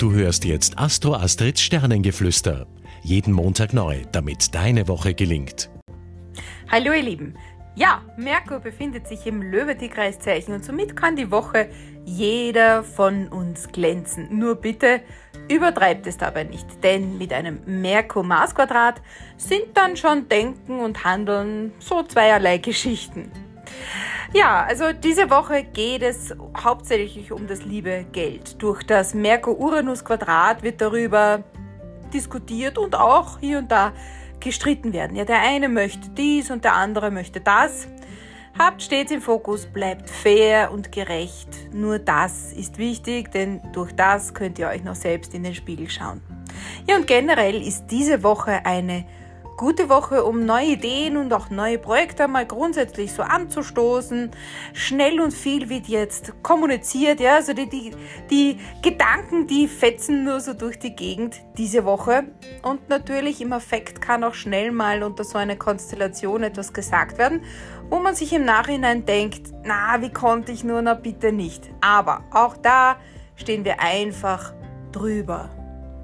Du hörst jetzt Astro Astrids Sternengeflüster. Jeden Montag neu, damit deine Woche gelingt. Hallo ihr Lieben. Ja, Merkur befindet sich im Löwe-Tierkreiszeichen und somit kann die Woche jeder von uns glänzen. Nur bitte übertreibt es dabei nicht, denn mit einem Merkur-Mars-Quadrat sind dann schon Denken und Handeln so zweierlei Geschichten. Ja, also diese Woche geht es hauptsächlich um das liebe Geld. Durch das Merkur-Uranus-Quadrat wird darüber diskutiert und auch hier und da gestritten werden. Ja, der eine möchte dies und der andere möchte das. Habt stets im Fokus, bleibt fair und gerecht. Nur das ist wichtig, denn durch das könnt ihr euch noch selbst in den Spiegel schauen. Ja, und generell ist diese Woche eine gute Woche, um neue Ideen und auch neue Projekte mal grundsätzlich so anzustoßen. Schnell und viel wird jetzt kommuniziert, ja, also die Gedanken, die fetzen nur so durch die Gegend diese Woche. Und natürlich im Affekt kann auch schnell mal unter so einer Konstellation etwas gesagt werden, wo man sich im Nachhinein denkt, na, wie konnte ich nur, na bitte nicht. Aber auch da stehen wir einfach drüber.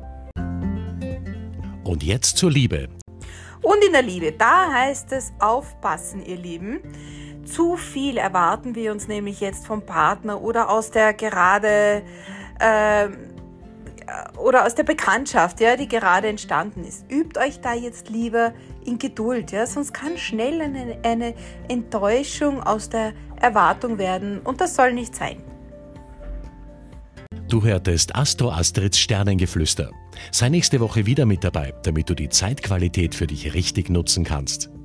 Und jetzt zur Liebe. Und in der Liebe, da heißt es aufpassen, ihr Lieben. Zu viel erwarten wir uns nämlich jetzt vom Partner oder aus der Bekanntschaft, ja, die gerade entstanden ist. Übt euch da jetzt lieber in Geduld, ja, sonst kann schnell eine Enttäuschung aus der Erwartung werden und das soll nicht sein. Du hörtest Astro Astrids Sternengeflüster. Sei nächste Woche wieder mit dabei, damit du die Zeitqualität für dich richtig nutzen kannst.